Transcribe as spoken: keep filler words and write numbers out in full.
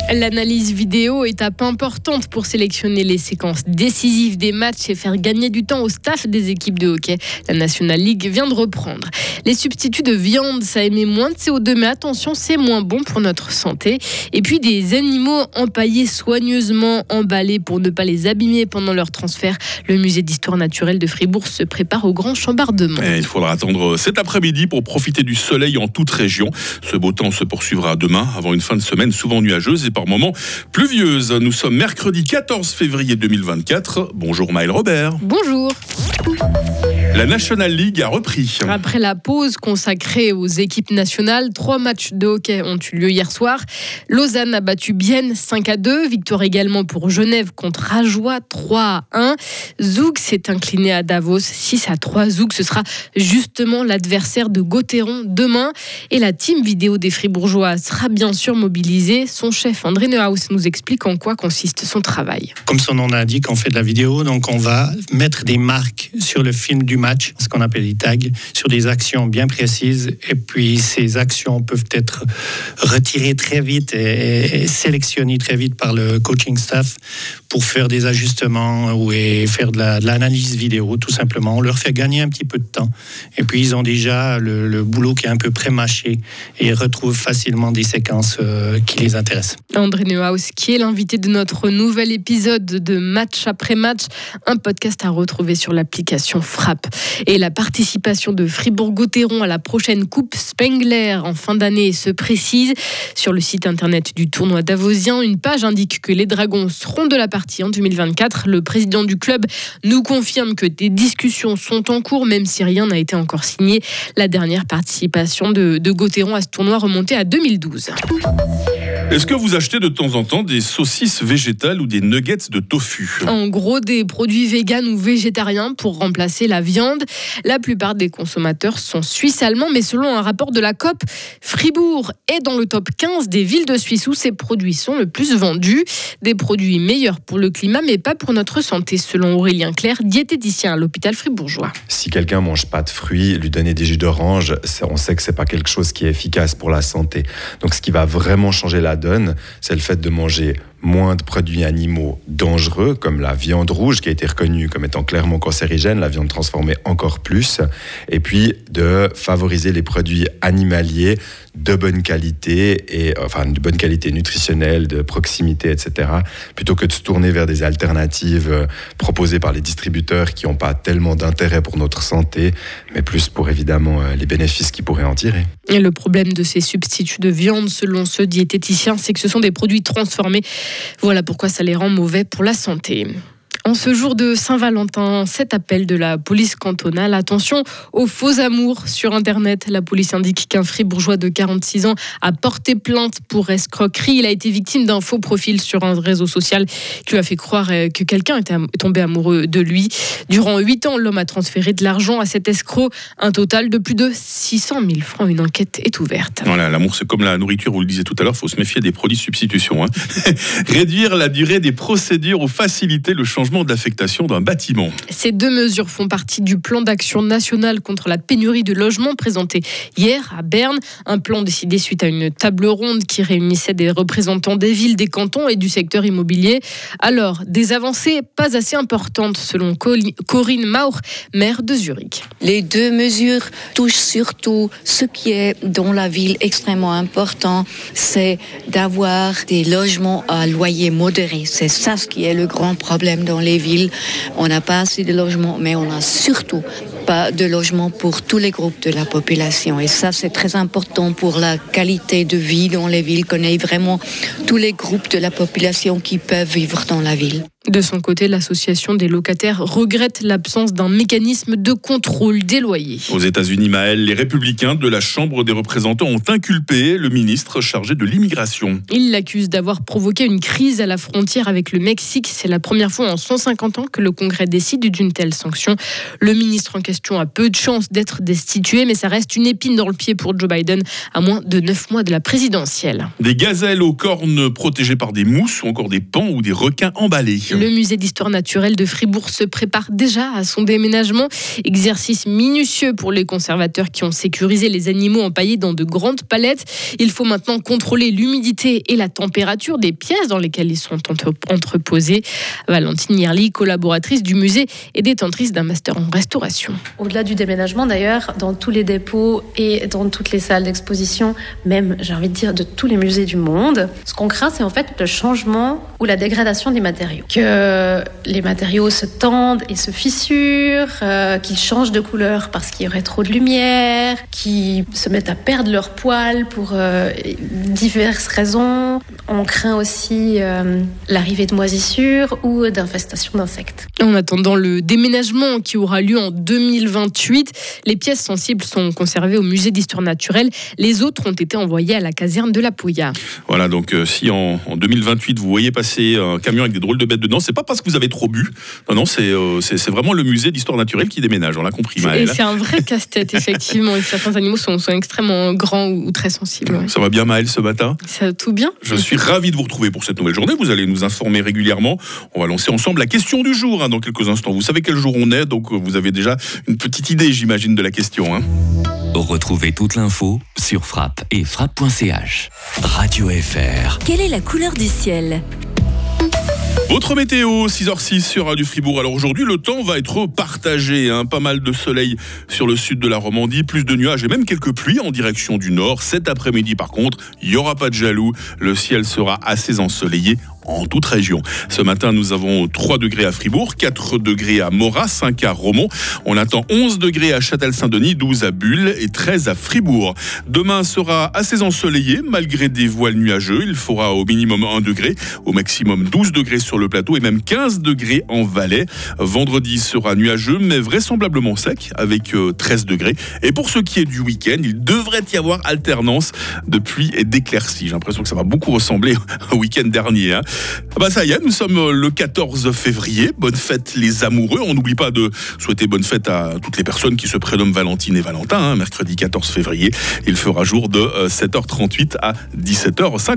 L'analyse vidéo, étape importante pour sélectionner les séquences décisives des matchs et faire gagner du temps au staff des équipes de hockey. La National League vient de reprendre. Les substituts de viande, ça émet moins de C O deux, mais attention, c'est moins bon pour notre santé. Et puis des animaux empaillés, soigneusement emballés pour ne pas les abîmer pendant leur transfert. Le musée d'histoire naturelle de Fribourg se prépare au grand chambardement. Et il faudra attendre cet après-midi pour profiter du soleil en toute région. Ce beau temps se poursuivra demain, avant une fin de semaine souvent nuageuse et par moments pluvieuse. Nous sommes mercredi quatorze février deux mille vingt-quatre. Bonjour Maëlle Robert. Bonjour. La National League a repris. Après la pause consacrée aux équipes nationales, trois matchs de hockey ont eu lieu hier soir. Lausanne a battu Bienne cinq à deux. Victoire également pour Genève contre Ajoie trois à un. Zoug s'est incliné à Davos six à trois. Zoug, ce sera justement l'adversaire de Gotteron demain. Et la team vidéo des Fribourgeois sera bien sûr mobilisée. Son chef André Neuhaus nous explique en quoi consiste son travail. Comme son nom l'indique, on fait de la vidéo, donc on va mettre des marques sur le film du match, ce qu'on appelle des tags, sur des actions bien précises. Et puis ces actions peuvent être retirées très vite et, et sélectionnées très vite par le coaching staff pour faire des ajustements ou et faire de, la, de l'analyse vidéo, tout simplement. On leur fait gagner un petit peu de temps. Et puis ils ont déjà le, le boulot qui est un peu pré-mâché et ils retrouvent facilement des séquences euh, qui les intéressent. André Neuhaus, qui est l'invité de notre nouvel épisode de Match après match, un podcast à retrouver sur l'application Frappe. Et la participation de Fribourg-Gotteron à la prochaine Coupe Spengler en fin d'année se précise. Sur le site internet du tournoi davosien, une page indique que les Dragons seront de la partie en deux mille vingt-quatre. Le président du club nous confirme que des discussions sont en cours, même si rien n'a été encore signé. La dernière participation de, de Gotteron à ce tournoi remontait à deux mille douze. Est-ce que vous achetez de temps en temps des saucisses végétales ou des nuggets de tofu ? En gros, des produits véganes ou végétariens pour remplacer la viande. La plupart des consommateurs sont suisses-allemands, mais selon un rapport de la C O P, Fribourg est dans le top quinze des villes de Suisse où ces produits sont le plus vendus. Des produits meilleurs pour le climat, mais pas pour notre santé, selon Aurélien Clerc, diététicien à l'hôpital fribourgeois. Si quelqu'un ne mange pas de fruits, lui donner des jus d'orange, on sait que ce n'est pas quelque chose qui est efficace pour la santé. Donc ce qui va vraiment changer la donne, c'est le fait de manger moins de produits animaux dangereux, comme la viande rouge qui a été reconnue comme étant clairement cancérigène, la viande transformée encore plus, et puis de favoriser les produits animaliers de bonne qualité, et, enfin de bonne qualité nutritionnelle, de proximité, et cetera, plutôt que de se tourner vers des alternatives proposées par les distributeurs qui n'ont pas tellement d'intérêt pour notre santé, mais plus pour évidemment les bénéfices qu'ils pourraient en tirer. Et le problème de ces substituts de viande, selon ce diététicien, c'est que ce sont des produits transformés. Voilà pourquoi ça les rend mauvais pour la santé. En ce jour de Saint-Valentin, cet appel de la police cantonale. Attention aux faux amours sur Internet. La police indique qu'un Fribourgeois de quarante-six ans a porté plainte pour escroquerie. Il a été victime d'un faux profil sur un réseau social qui lui a fait croire que quelqu'un était tombé amoureux de lui. Durant huit ans, l'homme a transféré de l'argent à cet escroc. Un total de plus de six cent mille francs. Une enquête est ouverte. Voilà, l'amour, c'est comme la nourriture, vous le disiez tout à l'heure, il faut se méfier des produits de substitution. Hein. Réduire la durée des procédures ou faciliter le changement de l'affectation d'un bâtiment. Ces deux mesures font partie du plan d'action national contre la pénurie de logements présenté hier à Berne. Un plan décidé suite à une table ronde qui réunissait des représentants des villes, des cantons et du secteur immobilier. Alors, des avancées pas assez importantes selon Corinne Mauch, maire de Zurich. Les deux mesures touchent surtout ce qui est dans la ville extrêmement important, c'est d'avoir des logements à loyer modéré. C'est ça ce qui est le grand problème dans les villes. On n'a pas assez de logements, mais on n'a surtout pas de logements pour tous les groupes de la population. Et ça, c'est très important pour la qualité de vie dans les villes, qu'on ait vraiment tous les groupes de la population qui peuvent vivre dans la ville. De son côté, l'association des locataires regrette l'absence d'un mécanisme de contrôle des loyers. Aux États-Unis, Maëlle, les républicains de la Chambre des représentants ont inculpé le ministre chargé de l'immigration. Ils l'accusent d'avoir provoqué une crise à la frontière avec le Mexique. C'est la première fois en cent cinquante ans que le Congrès décide d'une telle sanction. Le ministre en question a peu de chances d'être destitué, mais ça reste une épine dans le pied pour Joe Biden à moins de neuf mois de la présidentielle. Des gazelles aux cornes protégées par des mousses ou encore des paons ou des requins emballés. Le musée d'histoire naturelle de Fribourg se prépare déjà à son déménagement. Exercice minutieux pour les conservateurs qui ont sécurisé les animaux empaillés dans de grandes palettes. Il faut maintenant contrôler l'humidité et la température des pièces dans lesquelles ils sont entreposés. Valentine Yerli, collaboratrice du musée et détentrice d'un master en restauration. Au-delà du déménagement d'ailleurs, dans tous les dépôts et dans toutes les salles d'exposition, même j'ai envie de dire de tous les musées du monde, ce qu'on craint c'est en fait le changement ou la dégradation des matériaux. Que les matériaux se tendent et se fissurent, euh, qu'ils changent de couleur parce qu'il y aurait trop de lumière, qu'ils se mettent à perdre leur poil pour euh, diverses raisons. On craint aussi euh, l'arrivée de moisissures ou d'infestations d'insectes. En attendant le déménagement qui aura lieu en deux mille vingt-huit, les pièces sensibles sont conservées au musée d'histoire naturelle. Les autres ont été envoyées à la caserne de la Pouya. Voilà, donc euh, si en, en deux mille vingt-huit vous voyez passer un camion avec des drôles de bêtes dedans, c'est pas parce que vous avez trop bu. Non, non, c'est, euh, c'est, c'est vraiment le musée d'histoire naturelle qui déménage. On l'a compris, Maëlle. Et c'est un vrai casse-tête, effectivement. Et certains animaux sont, sont extrêmement grands ou, ou très sensibles. Ouais. Ça va bien, Maëlle, ce matin ? Ça va tout bien. Je suis ravi de vous retrouver pour cette nouvelle journée. Vous allez nous informer régulièrement. On va lancer ensemble la question du jour hein, dans quelques instants. Vous savez quel jour on est, donc vous avez déjà une petite idée, j'imagine, de la question. Hein. Retrouvez toute l'info sur Frappe et frappe point c h. Radio F R. Quelle est la couleur du ciel ? Votre météo, six heures six sur Radio Fribourg. Alors aujourd'hui, le temps va être partagé. Hein. Pas mal de soleil sur le sud de la Romandie, plus de nuages et même quelques pluies en direction du nord. Cet après-midi, par contre, il n'y aura pas de jaloux. Le ciel sera assez ensoleillé en toute région. Ce matin, nous avons trois degrés à Fribourg, quatre degrés à Morat, cinq à Romont. On attend onze degrés à Châtel-Saint-Denis, douze à Bulle et treize à Fribourg. Demain sera assez ensoleillé, malgré des voiles nuageux. Il fera au minimum un degré, au maximum douze degrés sur le plateau et même quinze degrés en Valais. Vendredi sera nuageux, mais vraisemblablement sec, avec treize degrés. Et pour ce qui est du week-end, il devrait y avoir alternance de pluie et d'éclaircies. J'ai l'impression que ça va beaucoup ressembler au week-end dernier. Hein. Ah bah ça y est, nous sommes le quatorze février. Bonne fête les amoureux. On n'oublie pas de souhaiter bonne fête à toutes les personnes qui se prénomment Valentine et Valentin. Hein. Mercredi quatorze février, il fera jour de sept heures trente-huit à dix-sept heures cinquante.